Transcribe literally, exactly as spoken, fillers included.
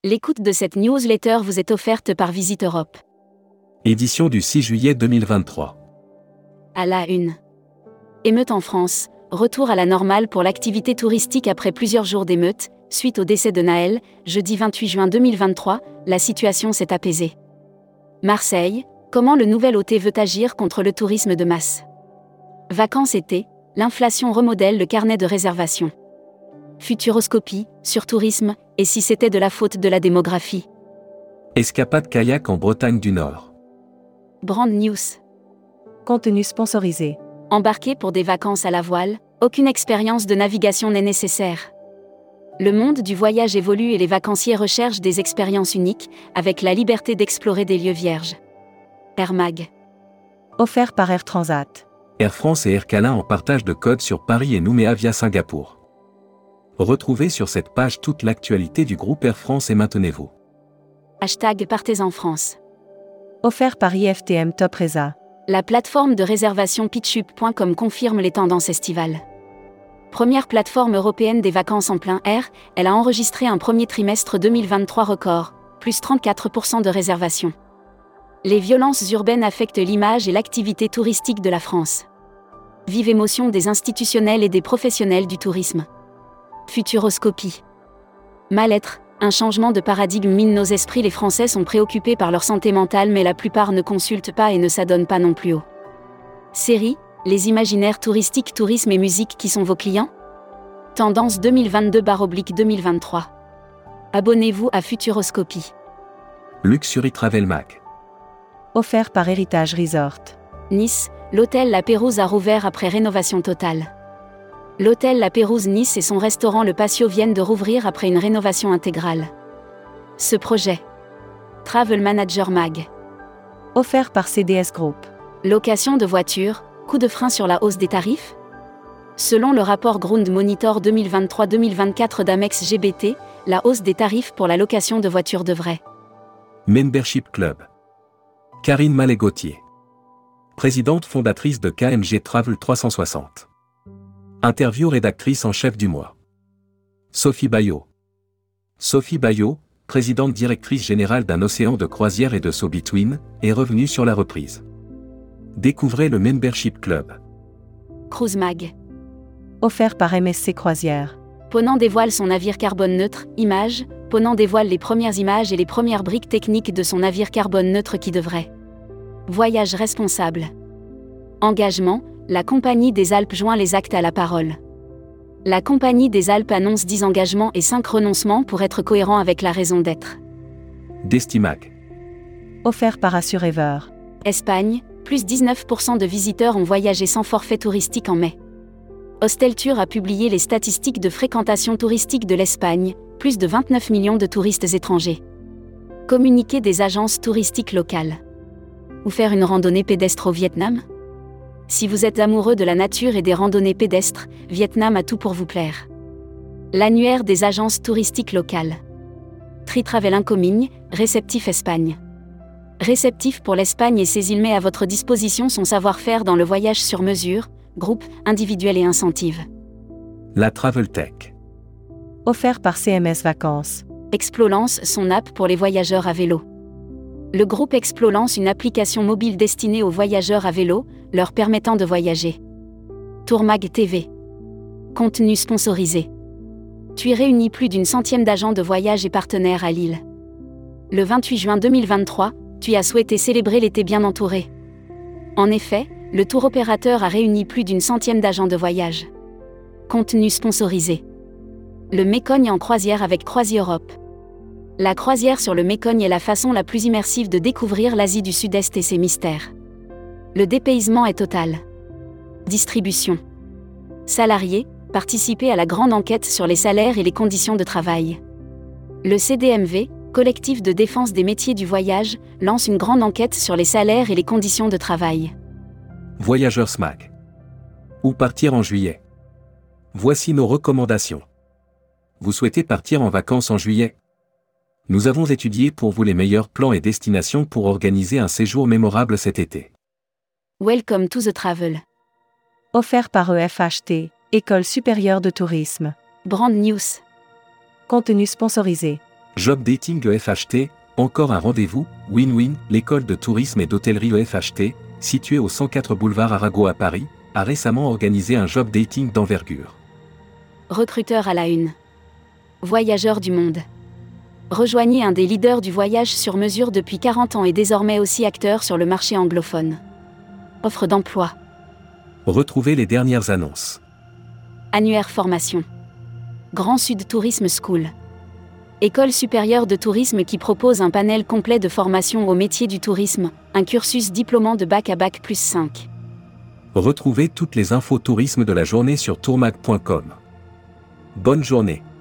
L'écoute de cette newsletter vous est offerte par Visite Europe. Édition du six juillet deux mille vingt-trois. À la une. Émeute en France, retour à la normale pour l'activité touristique après plusieurs jours d'émeute, suite au décès de Naël, jeudi vingt-huit juin deux mille vingt-trois, la situation s'est apaisée. Marseille, comment le nouvel O T veut agir contre le tourisme de masse. Vacances-été, l'inflation remodèle le carnet de réservation. Futuroscopie, sur tourisme, et si c'était de la faute de la démographie. Escapade kayak en Bretagne du Nord. Brand News. Contenu sponsorisé. Embarqué pour des vacances à la voile, aucune expérience de navigation n'est nécessaire. Le monde du voyage évolue et les vacanciers recherchent des expériences uniques, avec la liberté d'explorer des lieux vierges. Air Mag. Offert par Air Transat. Air France et Air Calin en partage de codes sur Paris et Nouméa via Singapour. Retrouvez sur cette page toute l'actualité du groupe Air France et maintenez-vous. Hashtag Partez en France. Offert par I F T M Top Resa. La plateforme de réservation pitchup point com confirme les tendances estivales. Première plateforme européenne des vacances en plein air, elle a enregistré un premier trimestre deux mille vingt-trois record, plus trente-quatre pour cent de réservations. Les violences urbaines affectent l'image et l'activité touristique de la France. Vive émotion des institutionnels et des professionnels du tourisme. Futuroscopie. Mal-être, un changement de paradigme mine nos esprits. Les Français sont préoccupés par leur santé mentale mais la plupart ne consultent pas et ne s'adonnent pas non plus aux séries, les imaginaires touristiques, tourisme et musique qui sont vos clients. Tendance deux mille vingt-deux deux mille vingt-trois. Abonnez-vous à Futuroscopie. Luxury Travel Mag. Offert par Héritage Resort. Nice, l'hôtel La Pérouse a rouvert après rénovation totale. L'hôtel La Pérouse Nice et son restaurant Le Patio viennent de rouvrir après une rénovation intégrale. Ce projet. Travel Manager Mag. Offert par C D S Group. Location de voitures, coup de frein sur la hausse des tarifs. Selon le rapport Ground Monitor deux mille vingt-trois deux mille vingt-quatre d'Amex G B T, la hausse des tarifs pour la location de voitures devrait. Membership Club. Karine Mallet-Gauthier. Présidente fondatrice de K M G Travel trois cent soixante. Interview rédactrice en chef du mois. Sophie Bayot. Sophie Bayot, présidente directrice générale d'un océan de croisière et de So Between, est revenue sur la reprise. Découvrez le Membership Club. Cruise Mag. Offert par M S C Croisière. Ponant dévoile son navire carbone neutre, images. Ponant dévoile les premières images et les premières briques techniques de son navire carbone neutre qui devrait. Voyage responsable. Engagement. La Compagnie des Alpes joint les actes à la parole. La Compagnie des Alpes annonce dix engagements et cinq renoncements pour être cohérent avec la raison d'être. Destimag. Offert par Assurever. Espagne, plus dix-neuf pour cent de visiteurs ont voyagé sans forfait touristique en mai. Hosteltour a publié les statistiques de fréquentation touristique de l'Espagne, plus de vingt-neuf millions de touristes étrangers. Communiqué des agences touristiques locales. Ou faire une randonnée pédestre au Vietnam ? Si vous êtes amoureux de la nature et des randonnées pédestres, Vietnam a tout pour vous plaire. L'annuaire des agences touristiques locales. Tri-Travel Incomigne, réceptif Espagne. Réceptif pour l'Espagne et ses îles met à votre disposition son savoir-faire dans le voyage sur mesure, groupe, individuel et incentive. La Travel Tech. Offert par C M S Vacances. Explo lance son app pour les voyageurs à vélo. Le groupe Explo lance une application mobile destinée aux voyageurs à vélo, leur permettant de voyager. Tourmag T V. Contenu sponsorisé. TUI réunit plus d'une centième d'agents de voyage et partenaires à Lille. Le vingt-huit juin deux mille vingt-trois, TUI a souhaité célébrer l'été bien entouré. En effet, le tour opérateur a réuni plus d'une centième d'agents de voyage. Contenu sponsorisé. Le Mécogne en croisière avec CroisiEurope. La croisière sur le Mécogne est la façon la plus immersive de découvrir l'Asie du Sud-Est et ses mystères. Le dépaysement est total. Distribution. Salariés, participez à la grande enquête sur les salaires et les conditions de travail. Le C D M V, collectif de défense des métiers du voyage, lance une grande enquête sur les salaires et les conditions de travail. Voyageurs S M A G. Où partir en juillet ? Voici nos recommandations. Vous souhaitez partir en vacances en juillet ? Nous avons étudié pour vous les meilleurs plans et destinations pour organiser un séjour mémorable cet été. Welcome to the travel. Offert par E F H T, École supérieure de tourisme. Brand News. Contenu sponsorisé. Job Dating E F H T, encore un rendez-vous, Win-Win, l'école de tourisme et d'hôtellerie E F H T, située au cent quatre boulevard Arago à Paris, a récemment organisé un job dating d'envergure. Recruteur à la une. Voyageurs du monde. Rejoignez un des leaders du voyage sur mesure depuis quarante ans et désormais aussi acteur sur le marché anglophone. Offre d'emploi. Retrouvez les dernières annonces. Annuaire formation. Grand Sud Tourisme School. École supérieure de tourisme qui propose un panel complet de formation au métier du tourisme, un cursus diplômant de bac à bac plus cinq. Retrouvez toutes les infos tourisme de la journée sur tourmag point com. Bonne journée.